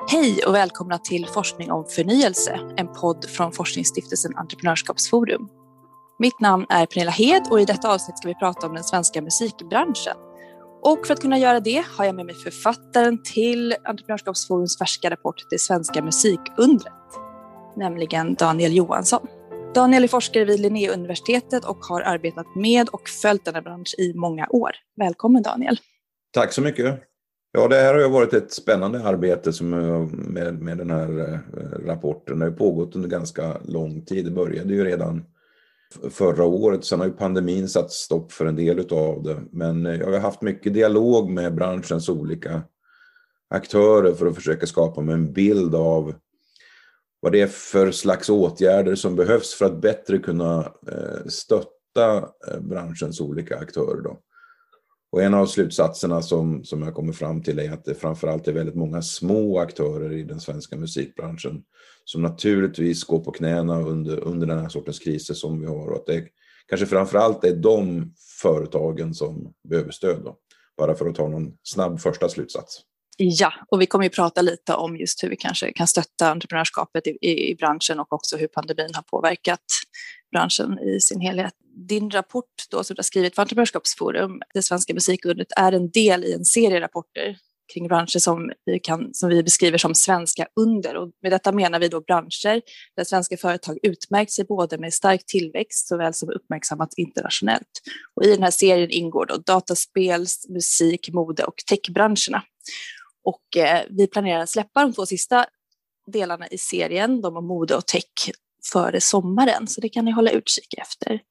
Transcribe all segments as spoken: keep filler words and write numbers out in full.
Hej och välkomna till Forskning om förnyelse, en podd från Forskningsstiftelsen Entreprenörskapsforum. Mitt namn är Pernilla Hed och i detta avsnitt ska vi prata om den svenska musikbranschen. Och för att kunna göra det har jag med mig författaren till Entreprenörskapsforums färska rapport Det svenska musikundret, nämligen Daniel Johansson. Daniel är forskare vid Linnéuniversitetet och har arbetat med och följt denna bransch i många år. Välkommen Daniel. Tack så mycket. Ja, det här har ju varit ett spännande arbete som med, med den här rapporten. Det har pågått under ganska lång tid. Det började ju redan förra året. Sen har ju pandemin satt stopp för en del av det. Men jag har haft mycket dialog med branschens olika aktörer för att försöka skapa mig en bild av vad det är för slags åtgärder som behövs för att bättre kunna stötta branschens olika aktörer då. Och en av slutsatserna som, som jag kommer fram till är att det framförallt är väldigt många små aktörer i den svenska musikbranschen som naturligtvis går på knäna under, under den här sortens kriser som vi har. Och att det kanske framförallt är de företagen som behöver stöd då. Bara för att ta någon snabb första slutsats. Ja, och vi kommer ju prata lite om just hur vi kanske kan stötta entreprenörskapet i, i, i branschen och också hur pandemin har påverkat branschen i sin helhet. Din rapport då som du har skrivit för Entreprenörskapsforum, Det svenska musikundret, är en del i en serie rapporter kring branscher som vi, kan, som vi beskriver som svenska under. Och med detta menar vi då branscher där svenska företag utmärkt sig både med stark tillväxt såväl som uppmärksammats internationellt. Och i den här serien ingår då dataspels, musik, mode och techbranscherna. Och eh, vi planerar att släppa de två sista delarna i serien, de om mode och tech, före sommaren. Så det kan ni hålla utkik efter.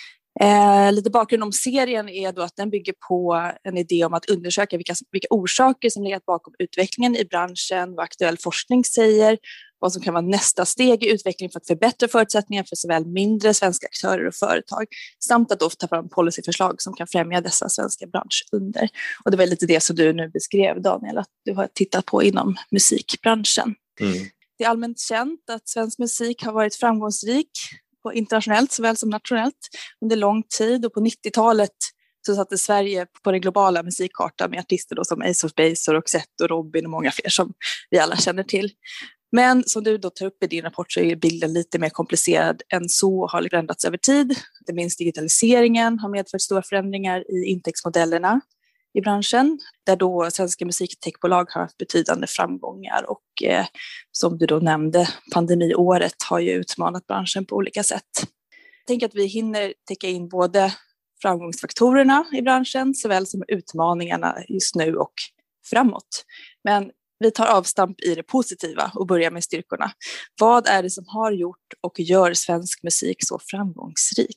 Eh, lite bakgrund om serien är då att den bygger på en idé om att undersöka vilka, vilka orsaker som legat bakom utvecklingen i branschen, vad aktuell forskning säger, vad som kan vara nästa steg i utvecklingen för att förbättra förutsättningar för såväl mindre svenska aktörer och företag, samt att då ta fram policyförslag som kan främja dessa svenska branschunder. Och det var lite det som du nu beskrev, Daniel, att du har tittat på inom musikbranschen. Mm. Det är allmänt känt att svensk musik har varit framgångsrik på internationellt såväl som nationellt under lång tid, och på nittiotalet så satte Sverige på den globala musikkartan med artister då som Ace of Base och Roxette och Robin och många fler som vi alla känner till. Men som du då tar upp i din rapport så är bilden lite mer komplicerad än så och har förändrats över tid. Inte minst digitaliseringen har medfört stora förändringar i intäktsmodellerna i branschen, där då svenska musiktechbolag har haft betydande framgångar, och eh, som du då nämnde, pandemiåret har ju utmanat branschen på olika sätt. Jag tänker att vi hinner täcka in både framgångsfaktorerna i branschen såväl som utmaningarna just nu och framåt. Men vi tar avstamp i det positiva och börjar med styrkorna. Vad är det som har gjort och gör svensk musik så framgångsrik?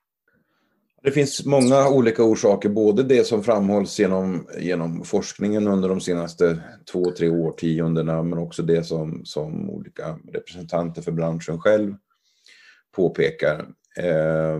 Det finns många olika orsaker, både det som framhålls genom, genom forskningen under de senaste två, tre årtiondena, men också det som, som olika representanter för branschen själv påpekar. Eh,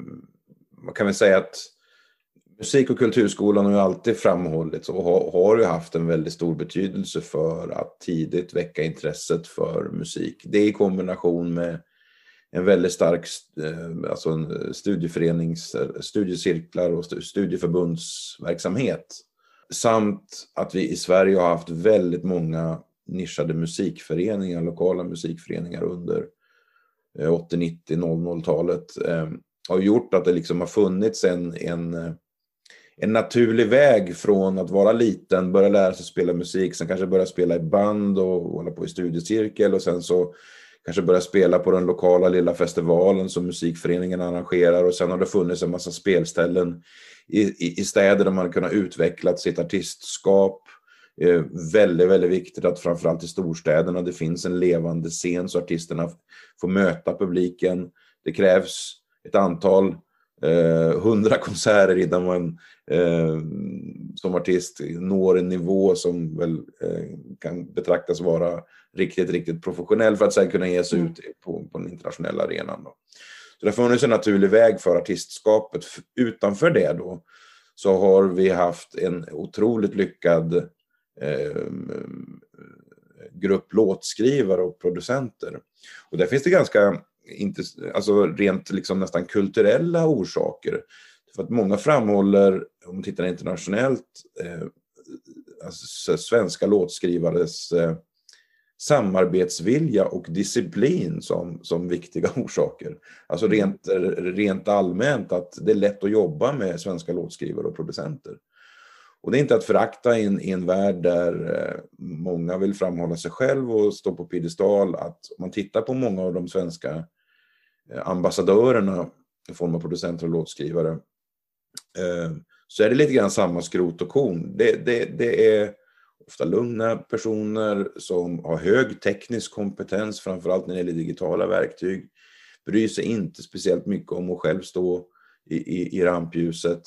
man kan väl säga att musik- och kulturskolan har ju alltid framhållits och har, har ju haft en väldigt stor betydelse för att tidigt väcka intresset för musik. Det i kombination med en väldigt stark alltså en studieförenings, studiecirklar och studieförbundsverksamhet. Samt att vi i Sverige har haft väldigt många nischade musikföreningar, lokala musikföreningar under åttio-, nittio-, noll noll-talet. Eh, har gjort att det liksom har funnits en, en, en naturlig väg från att vara liten, börja lära sig spela musik, sen kanske börja spela i band och hålla på i studiecirkel, och sen så kanske börja spela på den lokala lilla festivalen som musikföreningen arrangerar, och sen har det funnits en massa spelställen i, i, i städer där man kunnat utveckla sitt artistskap. Eh, väldigt, väldigt viktigt att framförallt i storstäderna det finns en levande scen så artisterna får möta publiken. Det krävs ett antal eh, hundra konserter innan man eh, som artist når en nivå som väl eh, kan betraktas vara riktigt, riktigt professionell för att sedan kunna ge sig ut på, på den internationella arenan då. Så det har funnits en naturlig väg för artistskapet. Utanför det då så har vi haft en otroligt lyckad eh, grupp låtskrivare och producenter. Och där finns det ganska inte, alltså rent liksom nästan kulturella orsaker. För att många framhåller, om man tittar internationellt, eh, alltså svenska låtskrivares eh, samarbetsvilja och disciplin som, som viktiga orsaker. Alltså rent, rent allmänt att det är lätt att jobba med svenska låtskrivare och producenter. Och det är inte att förakta i en, i en värld där många vill framhålla sig själv och stå på piedestal. Att om man tittar på många av de svenska ambassadörerna i form av producenter och låtskrivare, eh, så är det lite grann samma skrot och korn. Det, det, det är ofta lugna personer som har hög teknisk kompetens, framförallt när det gäller digitala verktyg. Bryr sig inte speciellt mycket om att själv stå i, i, i rampljuset.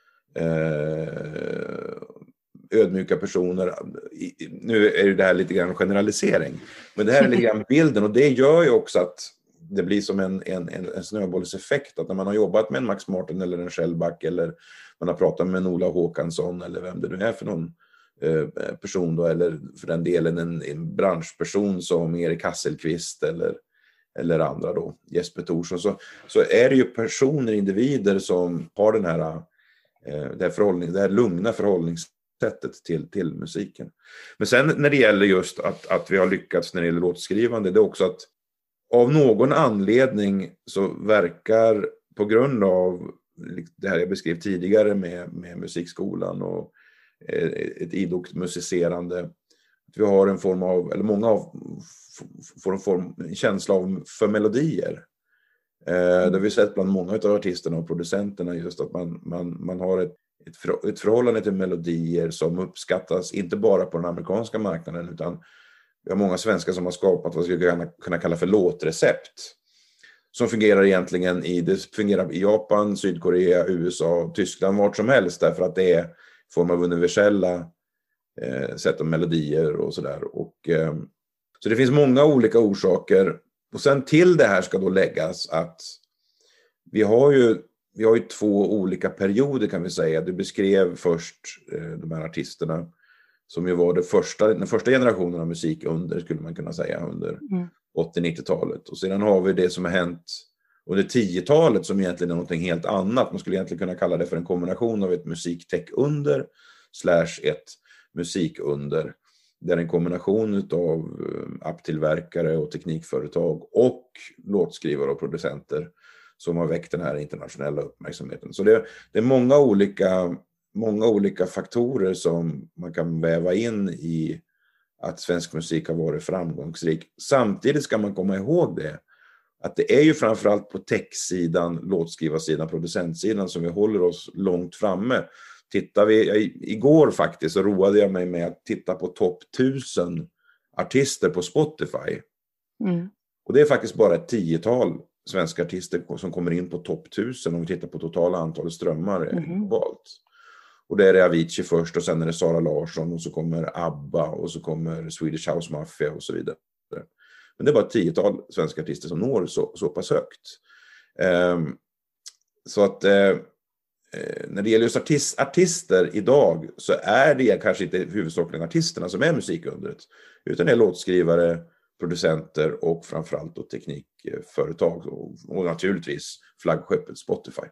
Eh, ödmjuka personer. I, nu är det här lite grann generalisering, men det här är lite grann bilden, och det gör ju också att det blir som en, en, en snöbollseffekt, att när man har jobbat med en Max Martin eller en Shellback, eller man har pratat med en Ola Håkansson eller vem det nu är för någon eh, person då, eller för den delen en, en branschperson som Erik Hasselqvist eller, eller andra då, Jesper Thorsson, så, så är det ju personer, individer som har den här, eh, det, här förhållning, det här lugna förhållningssättet till, till musiken. Men sen när det gäller just att, att vi har lyckats när det gäller låtskrivande, det är också att av någon anledning så verkar, på grund av det här jag beskrev tidigare med, med musikskolan och ett idogt musicerande, att vi har en form av, eller många av, får en, form, en känsla av för melodier. Eh, det har vi sett bland många av artisterna och producenterna, just att man, man, man har ett, ett, för, ett förhållande till melodier som uppskattas inte bara på den amerikanska marknaden, utan vi har många svenskar som har skapat vad vi skulle kunna kalla för låtrecept. Som fungerar egentligen i, det fungerar i Japan, Sydkorea, U S A, Tyskland, vart som helst. Därför att det är form av universella eh, sätt och melodier och sådär. Och, eh, så det finns många olika orsaker. Och sen till det här ska då läggas att vi har ju, vi har ju två olika perioder, kan vi säga. Du beskrev först eh, de här artisterna som ju var det första, den första generationen av musik under, skulle man kunna säga, under mm. åttio-nittiotalet. Och sedan har vi det som har hänt under tiotalet, som egentligen är någonting helt annat. Man skulle egentligen kunna kalla det för en kombination av ett musiktech-under slash ett musikunder. Det är en kombination av apptillverkare och teknikföretag och låtskrivare och producenter som har väckt den här internationella uppmärksamheten. Så det, det är många olika... många olika faktorer som man kan väva in i att svensk musik har varit framgångsrik. Samtidigt ska man komma ihåg det, att det är ju framförallt på tech-sidan, låtskrivarsidan, producentsidan som vi håller oss långt framme. Tittar vi, jag, igår faktiskt så roade jag mig med att titta på topp tusen artister på Spotify. Mm. Och det är faktiskt bara ett tiotal svenska artister som kommer in på topp tusen om vi tittar på totala antalet strömmar mm. globalt. Och det är Avicii först, och sen är det Sara Larsson, och så kommer ABBA, och så kommer Swedish House Mafia och så vidare. Men det är bara ett tiotal svenska artister som når så, så pass högt. Um, så att uh, när det gäller just artist, artister idag, så är det kanske inte huvudsakligen artisterna som är musikundret, utan det är låtskrivare, producenter och framförallt då teknikföretag och, och naturligtvis flaggskeppet Spotify.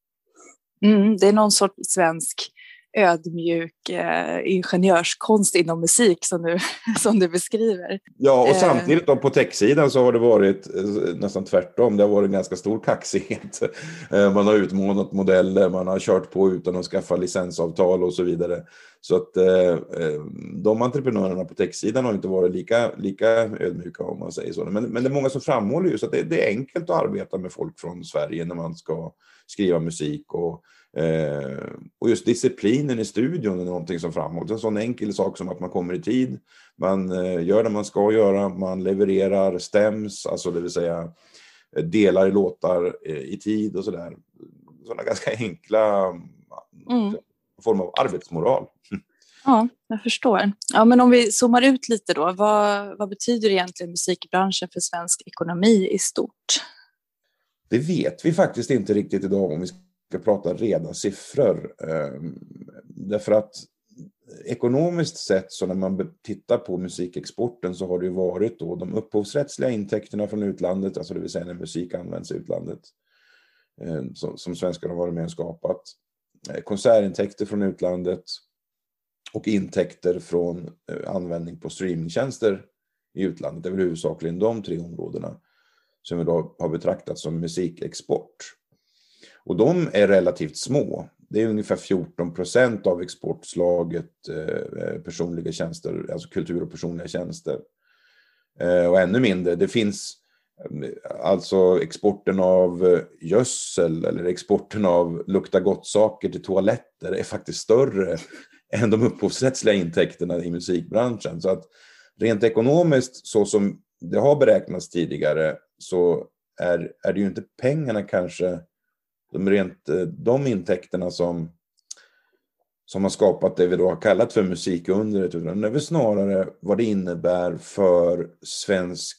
Mm, det är någon sorts svensk ödmjuk eh, ingenjörskonst inom musik som du, som du beskriver. Ja, och samtidigt då på tech-sidan så har det varit eh, nästan tvärtom. Det har varit en ganska stor kaxighet. Eh, man har utmanat modeller, man har kört på utan att skaffa licensavtal och så vidare. Så att eh, de entreprenörerna på tech-sidan har inte varit lika, lika ödmjuka, om man säger så. Men, men det är många som framhåller ju så att det, det är enkelt att arbeta med folk från Sverige när man ska skriva musik, och Eh, och just disciplinen i studion är någonting som framhålls. En sån enkel sak som att man kommer i tid, man eh, gör det man ska göra, man levererar stäms, alltså det vill säga delar i låtar eh, i tid och sådär. Sådana ganska enkla mm. form av arbetsmoral. Ja, jag förstår. Ja, men om vi zoomar ut lite då, vad, vad betyder egentligen musikbranschen för svensk ekonomi i stort? Det vet vi faktiskt inte riktigt idag, om vi ska prata reda siffror. Därför att ekonomiskt sett, så när man tittar på musikexporten, så har det ju varit då de upphovsrättsliga intäkterna från utlandet, alltså det vill säga när musik används i utlandet, som, som svenskar har varit med och skapat, konsertintäkter från utlandet och intäkter från användning på streamingtjänster i utlandet. Det är väl huvudsakligen de tre områdena som vi då har betraktat som musikexport. Och de är relativt små. Det är ungefär fjorton procent av exportslaget eh, personliga tjänster, alltså kultur och personliga tjänster. Eh, och ännu mindre, det finns alltså exporten av gödsel eller exporten av lukta gott saker till toaletter är faktiskt större än de upphovsrättsliga intäkterna i musikbranschen. Så att rent ekonomiskt, så som det har beräknats tidigare, så är, är det ju inte pengarna kanske, de, rent, de intäkterna som, som har skapat det vi då har kallat för musikundret, utan det är väl snarare vad det innebär för svensk,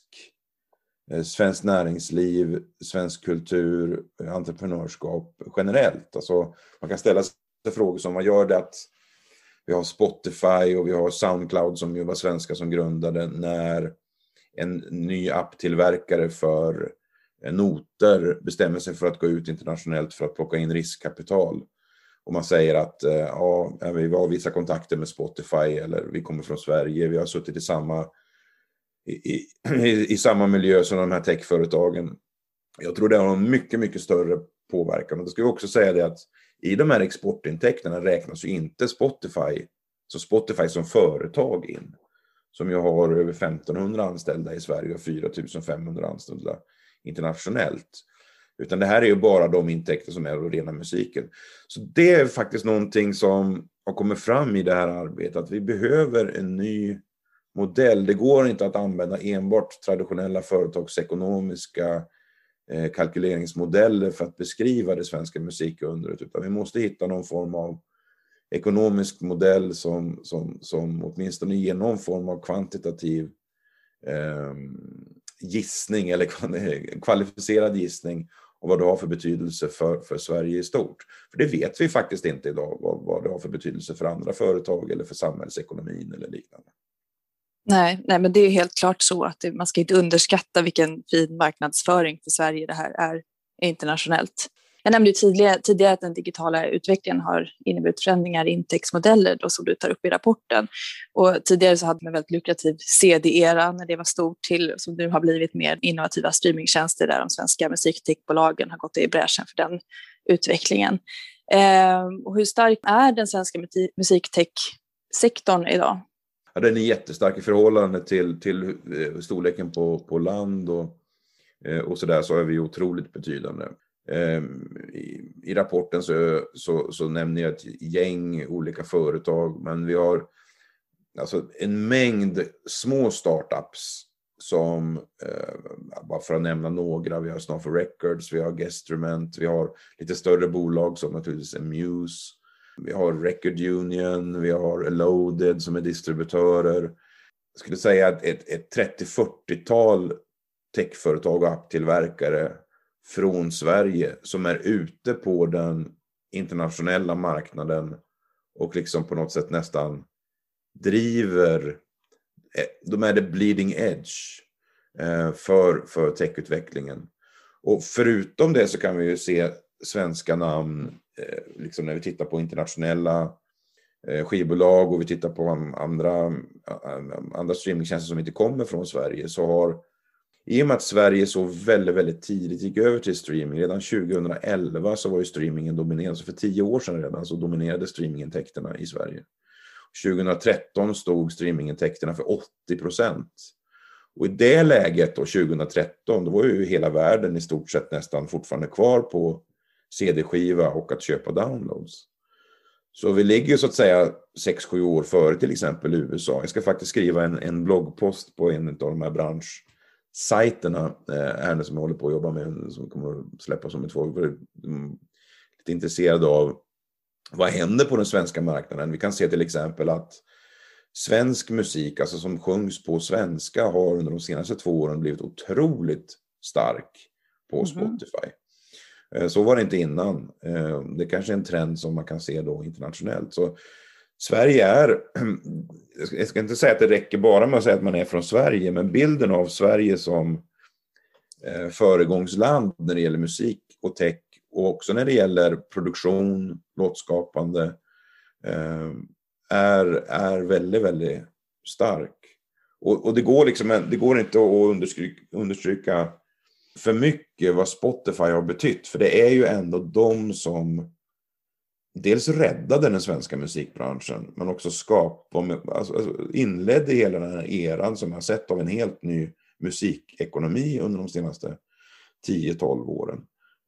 svensk näringsliv, svensk kultur, entreprenörskap generellt. Alltså, man kan ställa sig frågor som, vad gör det att vi har Spotify och vi har Soundcloud som ju var svenska som grundade, när en ny apptillverkare för noter bestämmer sig för att gå ut internationellt för att plocka in riskkapital. Och man säger att ja, vi har vissa kontakter med Spotify, eller vi kommer från Sverige, vi har suttit i samma, i, i, i samma miljö som de här techföretagen. Jag tror det har en mycket, mycket större påverkan. Och det ska vi också säga det att i de här exportintäkterna räknas ju inte Spotify, så Spotify som företag in, som ju har över femtonhundra anställda i Sverige och fyra tusen femhundra anställda internationellt. Utan det här är ju bara de intäkter som är rena musiken. Så det är faktiskt någonting som har kommit fram i det här arbetet, att vi behöver en ny modell. Det går inte att använda enbart traditionella företagsekonomiska eh, kalkyleringsmodeller för att beskriva det svenska musikundret, utan vi måste hitta någon form av ekonomisk modell som, som, som åtminstone ger någon form av kvantitativ eh, gissning eller kvalificerad gissning och vad det har för betydelse för, för Sverige i stort. För det vet vi faktiskt inte idag, vad, vad det har för betydelse för andra företag eller för samhällsekonomin eller liknande. Nej, nej, men det är helt klart så att det, man ska inte underskatta vilken fin marknadsföring för Sverige det här är internationellt. Jag nämnde ju tidigare, tidigare att den digitala utvecklingen har inneburit förändringar i intäktsmodeller då, som du tar upp i rapporten. Och tidigare så hade man en väldigt lukrativ C D-era när det var stort, till som nu har blivit mer innovativa streamingtjänster där de svenska musiktechbolagen har gått i bräschen för den utvecklingen. Eh, och hur stark är den svenska musiktech-sektorn idag? Ja, den är jättestark i förhållande till, till storleken på, på land och, och sådär, så är vi otroligt betydande. I, i rapporten så, så, så nämner jag ett gäng olika företag, men vi har alltså en mängd små startups som, eh, bara för att nämna några, vi har Snarfer Records, vi har Gestrument, vi har lite större bolag som naturligtvis är Muse, vi har Record Union, vi har Loaded som är distributörer. Jag skulle säga att ett, ett trettio fyrtiotal techföretag och apptillverkare från Sverige som är ute på den internationella marknaden och liksom på något sätt nästan driver, de är det bleeding edge för, för techutvecklingen. Och förutom det så kan vi ju se svenska namn liksom när vi tittar på internationella skivbolag och vi tittar på andra, andra streamingtjänster som inte kommer från Sverige, så har, i och med att Sverige så väldigt, väldigt tidigt gick över till streaming, redan tjugohundraelva så var ju streamingen dominerande, så för tio år sedan redan så dominerade streamingintäkterna i Sverige. tjugohundratretton stod streamingintäkterna för åttio procent. Och i det läget då, tjugohundratretton, då var ju hela världen i stort sett nästan fortfarande kvar på C D-skiva och att köpa downloads. Så vi ligger så att säga sex sju år före till exempel U S A. Jag ska faktiskt skriva en, en bloggpost på en av de här branschsajterna här som jag håller på att jobba med, som kommer att släppas om ett två år. Lite intresserad av vad händer på den svenska marknaden. Vi kan se till exempel att svensk musik, alltså som sjungs på svenska, har under de senaste två åren blivit otroligt stark på Spotify. Mm-hmm. Så var det inte innan. Det kanske är en trend som man kan se då internationellt. Så Sverige är, jag ska inte säga att det räcker bara med att säga att man är från Sverige, men bilden av Sverige som föregångsland när det gäller musik och tech och också när det gäller produktion, låtskapande är, är väldigt, väldigt stark. Och, och det går liksom, det går inte att understryka, understryka för mycket vad Spotify har betytt. För det är ju ändå de som dels räddade den svenska musikbranschen, men också skapade, alltså, alltså inledde hela den här eran som jag har sett av en helt ny musikekonomi under de senaste tio tolv åren.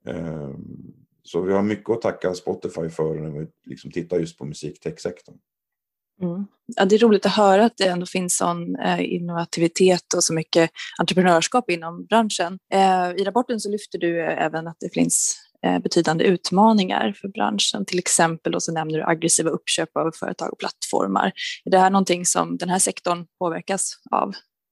Så vi har mycket att tacka Spotify för när vi liksom tittar just på musiktechsektorn. Mm. Ja, det är roligt att höra att det ändå finns sån eh, innovativitet och så mycket entreprenörskap inom branschen. Eh, I rapporten så lyfter du även att det finns eh, betydande utmaningar för branschen. Till exempel och så nämner du aggressiva uppköp av företag och plattformar. Är det här någonting som den här sektorn påverkas av?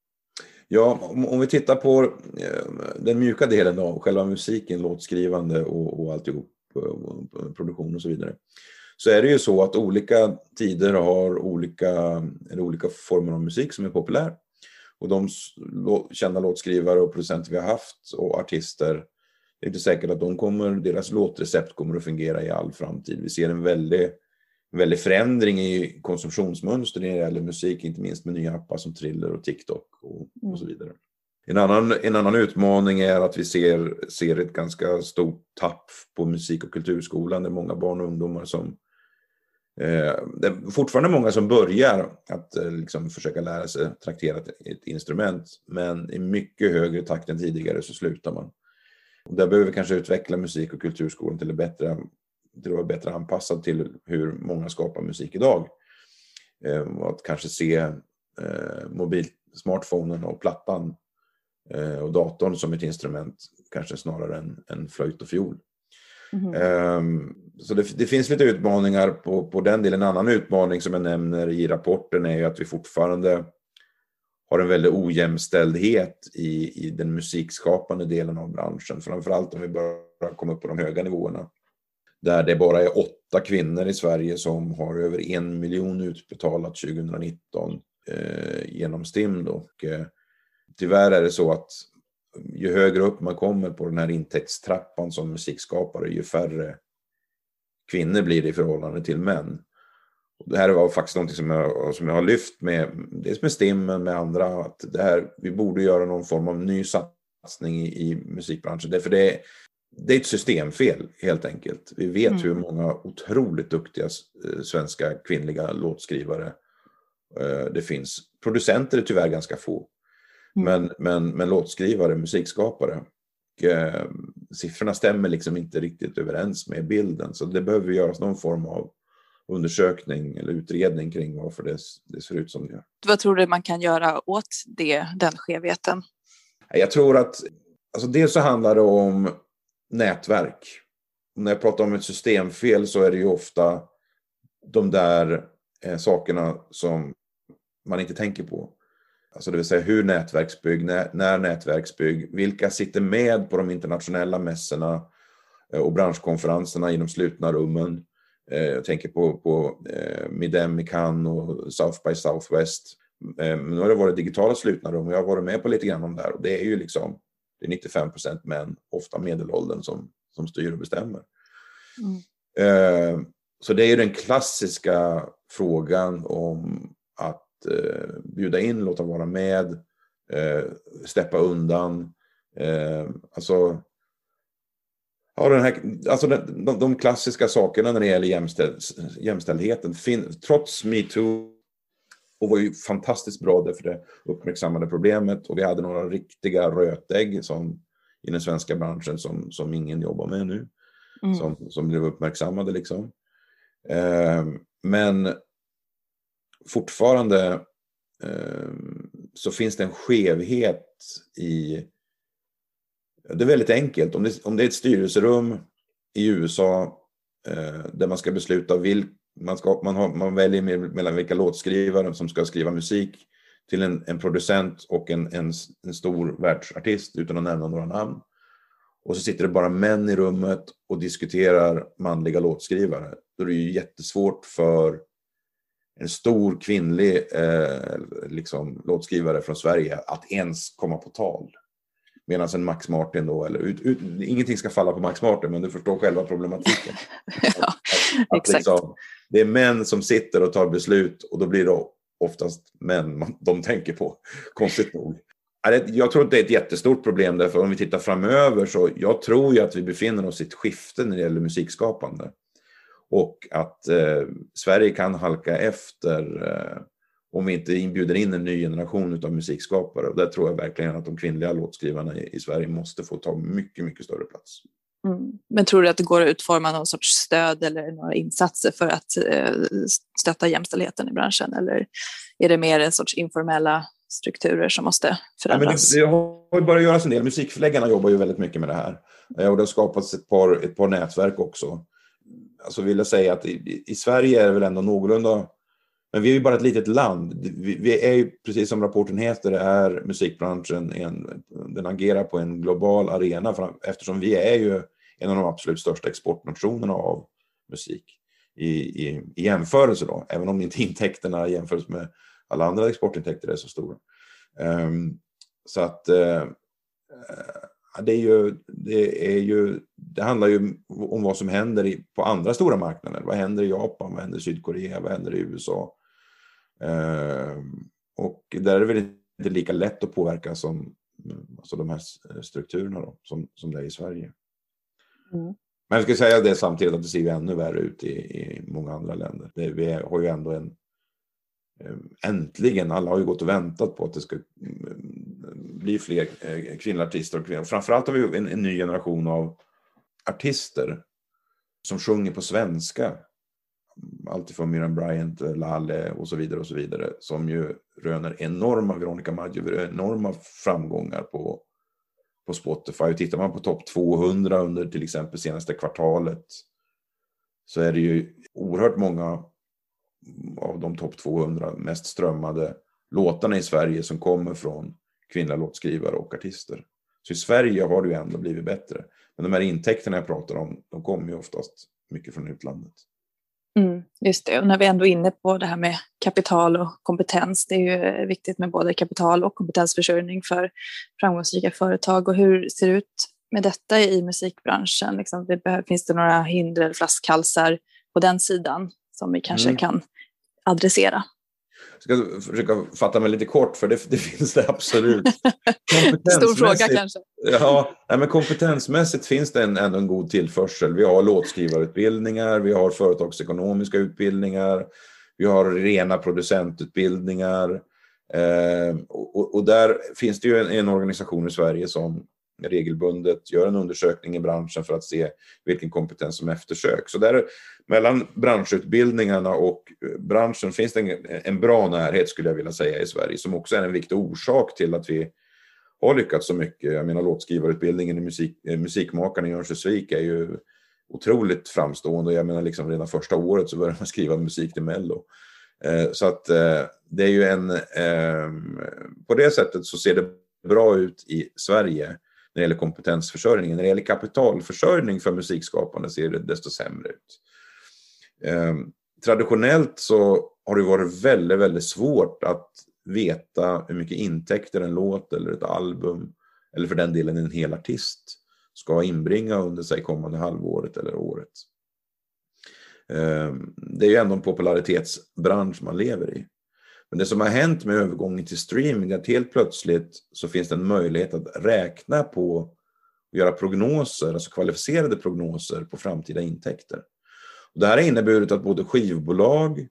Ja, om, om vi tittar på eh, den mjuka delen av själva musiken, låtskrivande och, och alltihop, och produktion och så vidare. Så är det ju så att olika tider har olika, eller olika former av musik som är populär. Och de kända låtskrivare och producenter vi har haft och artister, det är inte säkert att de kommer, deras låtrecept kommer att fungera i all framtid. Vi ser en väldig, väldig förändring i konsumtionsmönster när det gäller musik, inte minst med nya appar som Triller och TikTok och, och så vidare. En annan, en annan utmaning är att vi ser, ser ett ganska stort tapp på musik- och kulturskolan. Det är många barn och ungdomar som eh, det är fortfarande många som börjar att eh, liksom försöka lära sig traktera ett, ett instrument, men i mycket högre takt än tidigare så slutar man. Och där behöver vi kanske utveckla musik- och kulturskolan till att, bättre, till att vara bättre anpassad till hur många skapar musik idag. Eh, och att kanske se eh, mobil, smartphonen och plattan och datorn som ett instrument kanske snarare än, än flöjt och fiol. Mm. Um, så det, det finns lite utmaningar på, på den delen. En annan utmaning som jag nämner i rapporten är ju att vi fortfarande har en väldigt ojämställdhet i, i den musikskapande delen av branschen. Framförallt om vi börjar komma upp på de höga nivåerna. Där det bara är åtta kvinnor i Sverige som har över en miljon utbetalat tjugonitton eh, genom STIM då. Och, eh, tyvärr är det så att ju högre upp man kommer på den här intäktstrappan som musikskapare, ju färre kvinnor blir det i förhållande till män. Och det här var faktiskt något som jag, som jag har lyft med, dels med STIM men med andra, att det här, vi borde göra någon form av ny satsning i, i musikbranschen. Därför det är, det är ett systemfel helt enkelt. Vi vet mm. hur många otroligt duktiga svenska kvinnliga låtskrivare eh, det finns. Producenter är tyvärr ganska få. Men, men, men låtskrivare, musikskapare. Och, eh, siffrorna stämmer liksom inte riktigt överens med bilden. Så det behöver göras någon form av undersökning eller utredning kring varför det, det ser ut som det gör. Vad tror du man kan göra åt det, den skevheten? Jag tror att alltså dels så handlar det om nätverk. När jag pratar om ett systemfel så är det ju ofta de där eh, sakerna som man inte tänker på. Alltså det vill säga hur nätverksbygg, när, när nätverksbygg, vilka sitter med på de internationella mässorna och branschkonferenserna i de slutna rummen. Jag tänker på, på Midem i Cannes och South by Southwest. Men nu har det varit digitala slutna rum och jag har varit med på lite grann om det här. Och det är ju liksom det är nittiofem procent män, ofta medelåldern, som, som styr och bestämmer. Mm. Så det är ju den klassiska frågan om att eh, bjuda in, låta vara med, eh, steppa undan. Eh, alltså, ja, den här, alltså den, de, de klassiska sakerna när det gäller jämställ, jämställdheten. Fin, trots MeToo, och var ju fantastiskt bra därför det uppmärksammade problemet. Och vi hade några riktiga rötägg som, i den svenska branschen som, som ingen jobbar med nu. Mm. Som, som blev uppmärksammade liksom. Eh, men fortfarande eh, så finns det en skevhet i... Det är väldigt enkelt. Om det, om det är ett styrelserum i U S A eh, där man ska besluta vilka Man, ska, man, har, man väljer mellan vilka låtskrivare som ska skriva musik till en, en producent och en, en, en stor världsartist utan att nämna några namn. Och så sitter det bara män i rummet och diskuterar manliga låtskrivare. Då är det ju jättesvårt för en stor kvinnlig eh, liksom, låtskrivare från Sverige att ens komma på tal. Medan en Max Martin då, eller ut, ut, ingenting ska falla på Max Martin, men du förstår själva problematiken. Ja, att, att exakt. Liksom, det är män som sitter och tar beslut och då blir det oftast män man, de tänker på, konstigt nog. Jag tror att det är ett jättestort problem, därför om vi tittar framöver så jag tror ju att vi befinner oss i ett skifte när det gäller musikskapande. Och att eh, Sverige kan halka efter eh, om vi inte inbjuder in en ny generation av musikskapare. Och där tror jag verkligen att de kvinnliga låtskrivarna i, i Sverige måste få ta mycket, mycket större plats. Mm. Men tror du att det går att utforma någon sorts stöd eller några insatser för att eh, stötta jämställdheten i branschen? Eller är det mer en sorts informella strukturer som måste förändras? Ja, men det, det har börjat göras en del. Musikförläggarna jobbar ju väldigt mycket med det här. Och det har skapats ett par, ett par nätverk också. Alltså vill jag säga att i, i Sverige är det väl ändå någorlunda... Men vi är ju bara ett litet land. Vi, vi är ju, precis som rapporten heter, är musikbranschen en, den agerar på en global arena för, eftersom vi är ju en av de absolut största exportnationerna av musik i, i, i jämförelse då. Även om inte intäkterna jämförs med alla andra exportintäkter är så stora. Um, så att uh, det är ju det är ju det handlar ju om vad som händer i, på andra stora marknader. Vad händer i Japan, vad händer i Sydkorea, vad händer i U S A? Um, och där är det väl inte lika lätt att påverka som alltså de här strukturerna då, som, som det är i Sverige. Mm. Men jag ska säga det samtidigt att det ser ju ännu värre ut i, i många andra länder. Det, vi har ju ändå en äntligen, alla har ju gått och väntat på att det ska bli fler kvinnliga artister och kvinnor. Framförallt har vi en, en ny generation av artister som sjunger på svenska. Alltifrån Miriam Bryant, Lalle och så vidare och så vidare. Som ju röner enorma, Veronica Maggio, enorma framgångar på, på Spotify. Och tittar man på topp tvåhundra under till exempel senaste kvartalet så är det ju oerhört många av de topp tvåhundra mest strömmade låtarna i Sverige som kommer från kvinnliga låtskrivare och artister. Så i Sverige har det ju ändå blivit bättre. Men de här intäkterna jag pratar om, de kommer ju oftast mycket från utlandet. Mm, just det, och när vi ändå är inne på det här med kapital och kompetens, det är ju viktigt med både kapital och kompetensförsörjning för framgångsrika företag. Och hur ser det ut med detta i musikbranschen? Liksom, det behöver, finns det några hinder eller flaskhalsar på den sidan som vi kanske mm. kan adressera? Jag ska försöka fatta mig lite kort, för det, det finns det absolut. Stor fråga kanske. Ja, nej, men kompetensmässigt finns det en, ändå en god tillförsel. Vi har låtskrivarutbildningar, vi har företagsekonomiska utbildningar, vi har rena producentutbildningar. Eh, och, och där finns det ju en, en organisation i Sverige som regelbundet gör en undersökning i branschen för att se vilken kompetens som eftersöks. Så där mellan branschutbildningarna och branschen finns det en, en bra närhet, skulle jag vilja säga, i Sverige, som också är en viktig orsak till att vi har lyckats så mycket. Jag menar, låtskrivarutbildningen i musik, musikmakarna i Örnsköldsvik är ju otroligt framstående, och jag menar liksom redan första året så börjar man skriva musik till Mello. Eh, så att eh, det är ju en eh, på det sättet så ser det bra ut i Sverige när det gäller kompetensförsörjningen. När det gäller kapitalförsörjning för musikskapande ser det desto sämre ut. Eh, traditionellt så har det varit väldigt, väldigt svårt att veta hur mycket intäkter en låt eller ett album, eller för den delen en hel artist, ska inbringa under sig kommande halvåret eller året. Eh, det är ju ändå en popularitetsbransch man lever i. Men det som har hänt med övergången till streaming är att helt plötsligt så finns det en möjlighet att räkna på och göra prognoser, alltså kvalificerade prognoser på framtida intäkter. Och det här har inneburit att både skivbolag,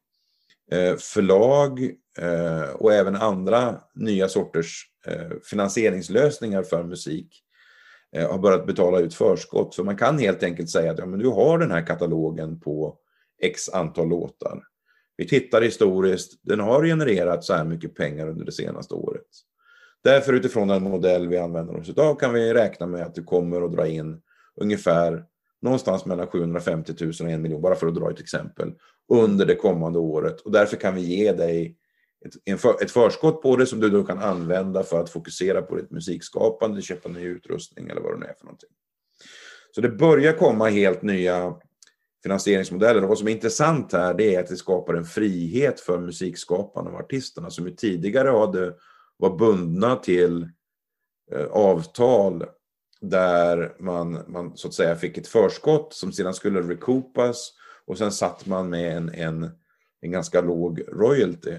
förlag och även andra nya sorters finansieringslösningar för musik har börjat betala ut förskott. För man kan helt enkelt säga att ja, men du har den här katalogen på x antal låtar. Vi tittar historiskt, den har genererat så här mycket pengar under det senaste året. Därför utifrån den modell vi använder oss av kan vi räkna med att du kommer att dra in ungefär någonstans mellan sjuhundrafemtio tusen och en miljon, bara för att dra ett exempel, under det kommande året. Och därför kan vi ge dig ett, en för, ett förskott på det som du då kan använda för att fokusera på ditt musikskapande, köpa ny utrustning eller vad det nu är för någonting. Så det börjar komma helt nya finansieringsmodeller. Och vad som är intressant här, det är att det skapar en frihet för musikskaparna och artisterna som ju tidigare hade, var bundna till eh, avtal där man, man så att säga fick ett förskott som sedan skulle recoupas, och sen satt man med en, en, en ganska låg royalty.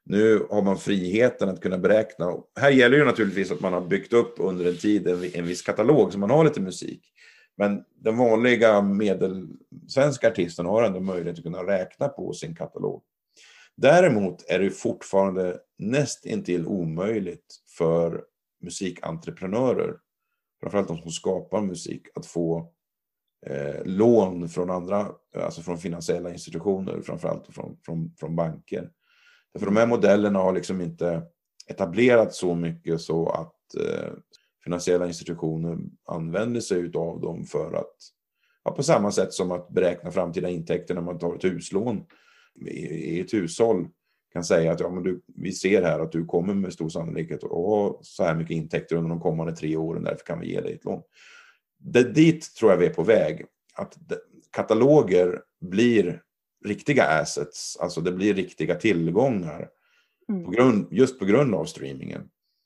Nu har man friheten att kunna beräkna. Här gäller ju naturligtvis att man har byggt upp under en tid en, en viss katalog så man har lite musik. Men den vanliga medelsvenska artisten har ändå möjlighet att kunna räkna på sin katalog. Däremot är det fortfarande näst intill omöjligt för musikentreprenörer, framförallt de som skapar musik, att få eh, lån från andra, alltså från finansiella institutioner, framförallt från, från, från banker. För de här modellerna har liksom inte etablerat så mycket så att eh, finansiella institutioner använder sig av dem för att, ja, på samma sätt som att beräkna framtida intäkter när man tar ett huslån i, i ett hushåll, kan säga att ja, men du, vi ser här att du kommer med stor sannolikhet att ha så här mycket intäkter under de kommande tre åren, därför kan vi ge dig ett lån. Det, dit tror jag vi är på väg, att de, kataloger blir riktiga assets, alltså det blir riktiga tillgångar mm. på grund, just på grund av streamingen.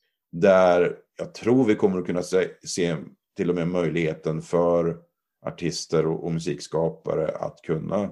Där jag tror vi kommer att kunna se, se till och med möjligheten för artister och, och musikskapare att kunna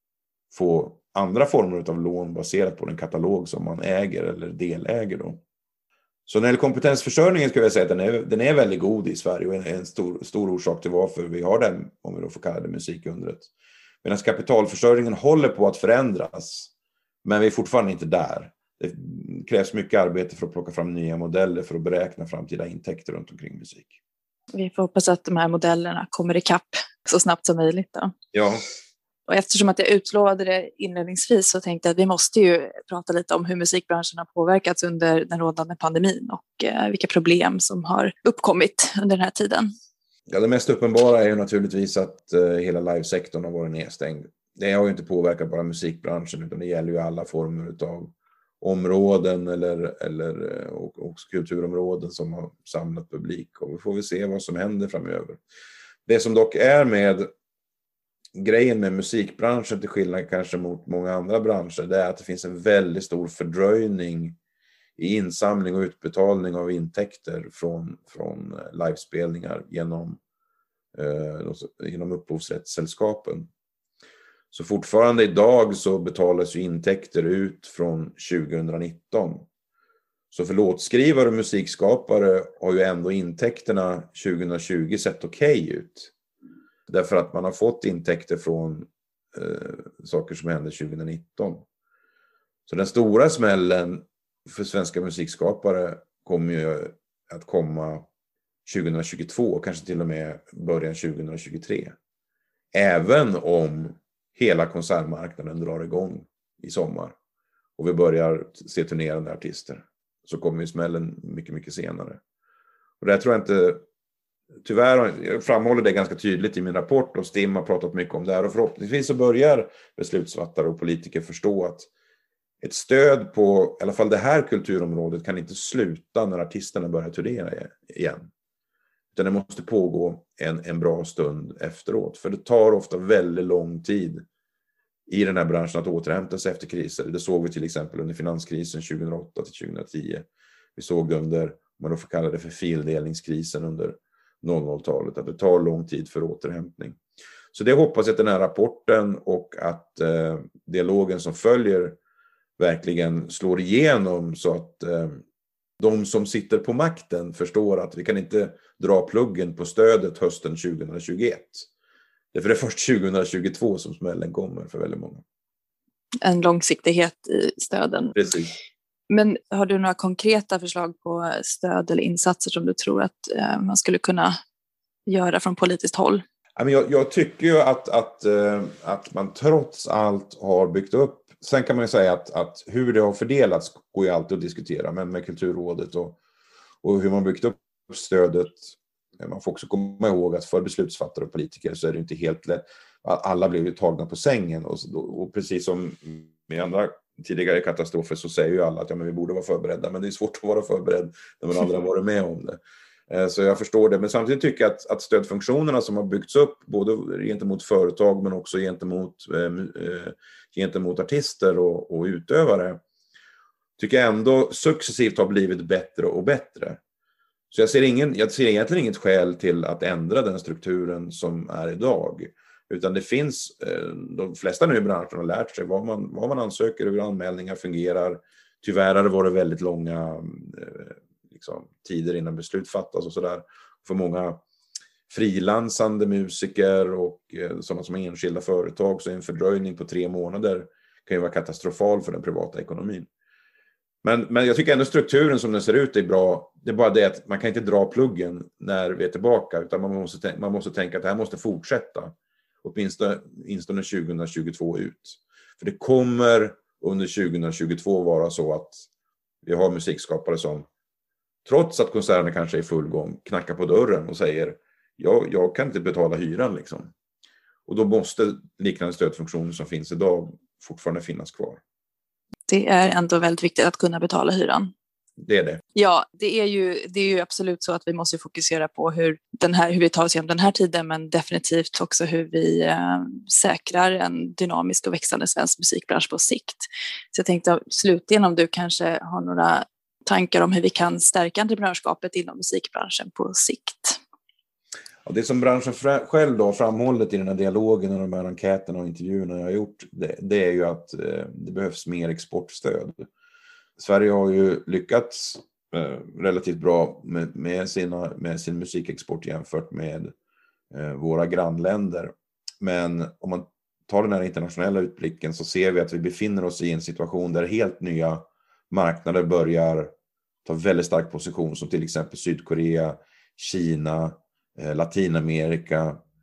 få andra former av lån baserat på den katalog som man äger eller deläger då. Så när det gäller kompetensförsörjningen ska jag säga att den är, den är väldigt god i Sverige och är en stor, stor orsak till varför vi har den, om vi då får kalla det musikundret. Medan kapitalförsörjningen håller på att förändras, men vi är fortfarande inte där. Det krävs mycket arbete för att plocka fram nya modeller för att beräkna framtida intäkter runt omkring musik. Vi får hoppas att de här modellerna kommer ikapp så snabbt som möjligt då. Ja. Och eftersom att jag utlovade det inledningsvis så tänkte jag att vi måste ju prata lite om hur musikbranschen har påverkats under den rådande pandemin och eh, vilka problem som har uppkommit under den här tiden. Ja, det mest uppenbara är ju naturligtvis att eh, hela livesektorn har varit nedstängd. Det har ju inte påverkat bara musikbranschen, utan det gäller ju alla former av områden eller, eller och, och kulturområden som har samlat publik. Och vi får väl se vad som händer framöver. Det som dock är med grejen med musikbranschen, till skillnad kanske mot många andra branscher, det är att det finns en väldigt stor fördröjning i insamling och utbetalning av intäkter från, från livespelningar genom, eh, genom upphovsrättssällskapen. Så fortfarande idag så betalas ju intäkter ut från tjugonitton. Så för låtskrivare och musikskapare har ju ändå intäkterna tjugohundratjugo sett okej okay ut. Därför att man har fått intäkter från eh, saker som hände tjugonitton. Så den stora smällen för svenska musikskapare kommer ju att komma tjugohundratjugotvå, kanske till och med början tjugohundratjugotre. Även om hela konsertmarknaden drar igång i sommar och vi börjar se turnerande artister, så kommer ju smällen mycket, mycket senare. Och det tror jag inte, tyvärr, jag framhåller det ganska tydligt i min rapport och Stim har pratat mycket om det här, och förhoppningsvis så börjar beslutsfattare och politiker förstå att ett stöd på i alla fall det här kulturområdet kan inte sluta när artisterna börjar turnera igen. Utan det måste pågå en, en bra stund efteråt. För det tar ofta väldigt lång tid i den här branschen att återhämta sig efter kriser. Det såg vi till exempel under finanskrisen tjugohundraåtta till tjugohundratio. Vi såg det under, man då får kalla det för fildelningskrisen under noll noll-talet. Att det tar lång tid för återhämtning. Så det hoppas jag att den här rapporten och att eh, dialogen som följer verkligen slår igenom, så att eh, de som sitter på makten förstår att vi kan inte dra pluggen på stödet hösten tjugohundratjugoett. Det är för det först tjugohundratjugotvå som smällen kommer för väldigt många. En långsiktighet i stöden. Precis. Men har du några konkreta förslag på stöd eller insatser som du tror att eh, man skulle kunna göra från politiskt håll? Jag, jag tycker ju att, att, att man trots allt har byggt upp. Sen kan man ju säga att, att hur det har fördelats går ju alltid att diskutera. Men med Kulturrådet och, och hur man byggt upp stödet. Man får också komma ihåg att för beslutsfattare och politiker så är det inte helt lätt. Alla blev ju tagna på sängen. Och, och precis som med andra tidigare katastrofer så säger ju alla att ja, men vi borde vara förberedda. Men det är svårt att vara förberedd när man aldrig har varit med om det. Så jag förstår det, men samtidigt tycker jag att, att stödfunktionerna som har byggts upp både gentemot företag men också gentemot, eh, gentemot artister och, och utövare tycker jag ändå successivt har blivit bättre och bättre. Så jag ser, ingen, jag ser egentligen inget skäl till att ändra den strukturen som är idag. Utan det finns, eh, de flesta nu i branschen har lärt sig vad man, vad man ansöker, hur anmälningar fungerar. Tyvärr har det varit väldigt långa eh, liksom, tider innan beslut fattas och sådär. För många frilansande musiker och eh, sådana som är enskilda företag, så en fördröjning på tre månader kan ju vara katastrofal för den privata ekonomin. Men, men jag tycker ändå strukturen som den ser ut är bra. Det är bara det att man kan inte dra pluggen när vi är tillbaka, utan man måste, man måste tänka att det här måste fortsätta åtminstone, åtminstone tjugohundratjugotvå ut. För det kommer under tjugohundratjugotvå vara så att vi har musikskapare som, trots att konserterna kanske är i full gång, knackar på dörren och säger jag, jag kan inte betala hyran liksom. Och då måste liknande stödfunktioner som finns idag fortfarande finnas kvar. Det är ändå väldigt viktigt att kunna betala hyran. Det är det. Ja, det är ju, det är ju absolut så att vi måste fokusera på hur, den här, hur vi tar oss igenom den här tiden, men definitivt också hur vi eh, säkrar en dynamisk och växande svensk musikbransch på sikt. Så jag tänkte slutligen om du kanske har några tankar om hur vi kan stärka entreprenörskapet inom musikbranschen på sikt. Ja, det som branschen själv då framhållit i den här dialogen och de här enkäterna och intervjuerna jag har gjort, det, det är ju att eh, det behövs mer exportstöd. Sverige har ju lyckats eh, relativt bra med, med, sina, med sin musikexport jämfört med eh, våra grannländer. Men om man tar den här internationella utblicken så ser vi att vi befinner oss i en situation där helt nya marknader börjar ta väldigt stark position, som till exempel Sydkorea, Kina, eh, Latinamerika,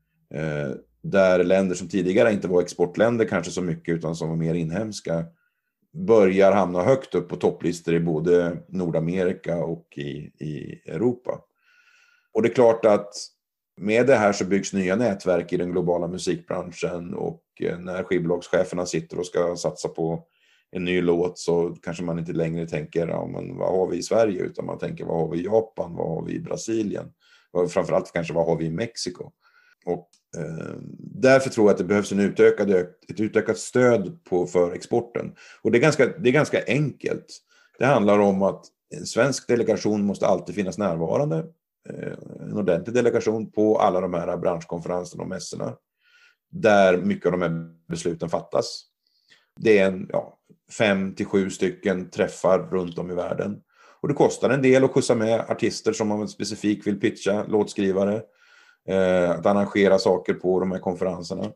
eh, där länder som tidigare inte var exportländer kanske så mycket utan som var mer inhemska börjar hamna högt upp på topplistor i både Nordamerika och i, i Europa. Och det är klart att med det här så byggs nya nätverk i den globala musikbranschen, och när skivbolagscheferna sitter och ska satsa på en ny låt så kanske man inte längre tänker ja, men vad har vi i Sverige, utan man tänker vad har vi i Japan, vad har vi i Brasilien, och framförallt kanske vad har vi i Mexiko. Och eh, därför tror jag att det behövs en utökad, ett utökat stöd på, för exporten. Och det är, ganska, det är ganska enkelt. Det handlar om att en svensk delegation måste alltid finnas närvarande. Eh, en ordentlig delegation på alla de här branschkonferenserna och mässorna. Där mycket av de här besluten fattas. Det är en, ja, fem till sju stycken träffar runt om i världen. Och det kostar en del att skjutsa med artister som man specifikt vill pitcha, låtskrivare. Eh, att arrangera saker på de här konferenserna.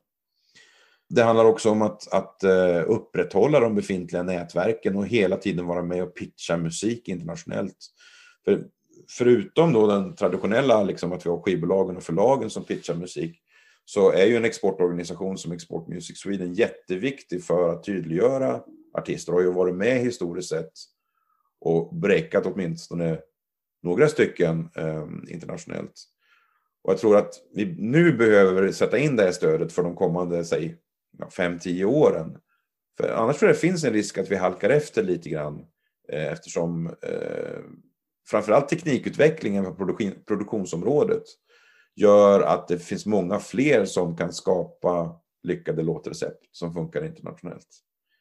Det handlar också om att, att eh, upprätthålla de befintliga nätverken och hela tiden vara med och pitcha musik internationellt. För, förutom då den traditionella, liksom att vi har skivbolagen och förlagen som pitchar musik, så är ju en exportorganisation som Export Music Sweden jätteviktig för att tydliggöra artister. Har ju varit med historiskt sett och breakat åtminstone några stycken eh, internationellt. Och jag tror att vi nu behöver sätta in det här stödet för de kommande, säg, fem till tio åren. För annars tror jag det finns en risk att vi halkar efter lite grann. Eh, eftersom eh, framförallt teknikutvecklingen på produktion, produktionsområdet gör att det finns många fler som kan skapa lyckade låtrecept som funkar internationellt.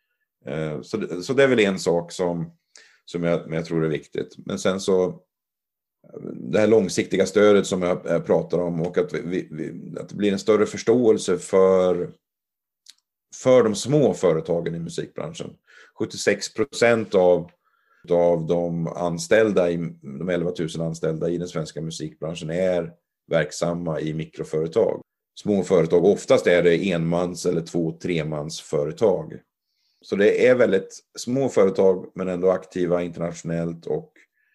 Eh, så, det, så det är väl en sak som, som jag, jag tror är viktigt. Men sen så det här långsiktiga stödet som jag, jag pratar om, och att, vi, vi, att det blir en större förståelse för, för de små företagen i musikbranschen. sjuttiosex procent av, av de anställda, i, de elva tusen anställda i den svenska musikbranschen är verksamma i mikroföretag. Små företag, oftast är det enmans eller två, tremans företag. Så det är väldigt små företag men ändå aktiva internationellt, och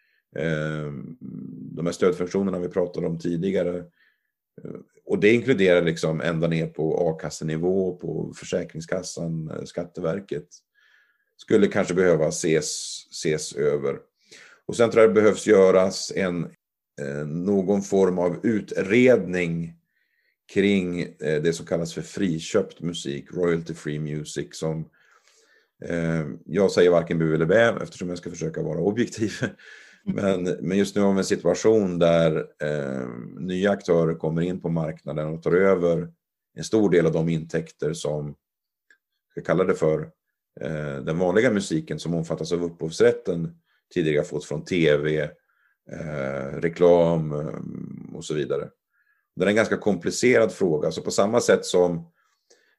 de här stödfunktionerna vi pratade om tidigare, och det inkluderar liksom ända ner på a-kassenivå, på Försäkringskassan, Skatteverket, skulle kanske behöva ses, ses över. Och sen tror jag det behövs göras en, någon form av utredning kring det som kallas för friköpt musik, royalty free music, som jag säger varken bu eller bä eftersom jag ska försöka vara objektiv. Men, men just nu har vi en situation där eh, nya aktörer kommer in på marknaden och tar över en stor del av de intäkter som, jag kallar det för, eh, den vanliga musiken som omfattas av upphovsrätten tidigare fått från tv, eh, reklam eh, och så vidare. Det är en ganska komplicerad fråga. Så på samma sätt som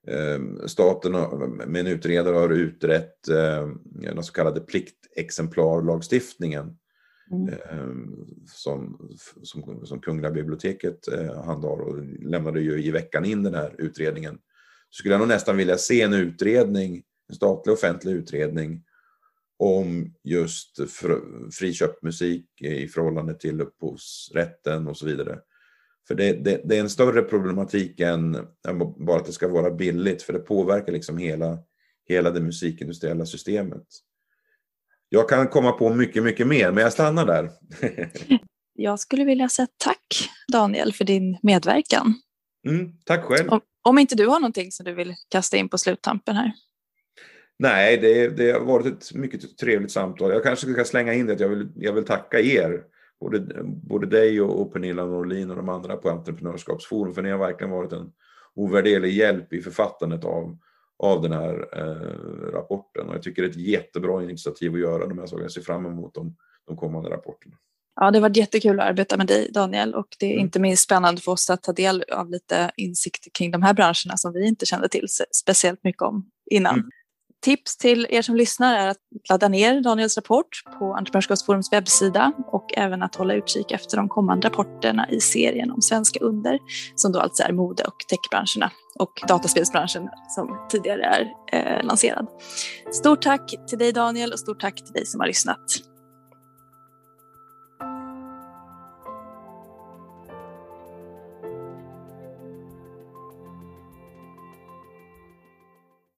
Staten med en utredare har utrett den så kallade pliktexemplarlagstiftningen mm. som, som, som Kungliga biblioteket handhar, och lämnade ju i veckan in den här utredningen. Så skulle jag nog nästan vilja se en utredning, en statlig offentlig utredning om just friköpt musik i förhållande till upphovsrätten och så vidare. För det, det, det är en större problematik än, än bara att det ska vara billigt, för det påverkar liksom hela, hela det musikindustriella systemet. Jag kan komma på mycket, mycket mer, men jag stannar där. Jag skulle vilja säga tack, Daniel, för din medverkan. Mm, tack själv. Om, om inte du har någonting som du vill kasta in på sluttampen här. Nej, det, det har varit ett mycket trevligt samtal. Jag kanske ska slänga in det att jag vill, jag vill tacka er. Både, både dig och, och Pernilla Norlin och de andra på Entreprenörskapsforum. För ni har verkligen varit en ovärderlig hjälp i författandet av, av den här eh, rapporten. Och jag tycker det är ett jättebra initiativ att göra de här sakerna. Jag ser fram emot de, de kommande rapporterna. Ja, det var jättekul att arbeta med dig, Daniel. Och det är mm. inte minst spännande för oss att ta del av lite insikter kring de här branscherna som vi inte kände till speciellt mycket om innan. Mm. Tips till er som lyssnar är att ladda ner Daniels rapport på Entreprenörskapsforums webbsida och även att hålla utkik efter de kommande rapporterna i serien om svenska under, som då alltså är mode- och techbranscherna och dataspelsbranschen som tidigare är eh, lanserad. Stort tack till dig, Daniel, och stort tack till dig som har lyssnat.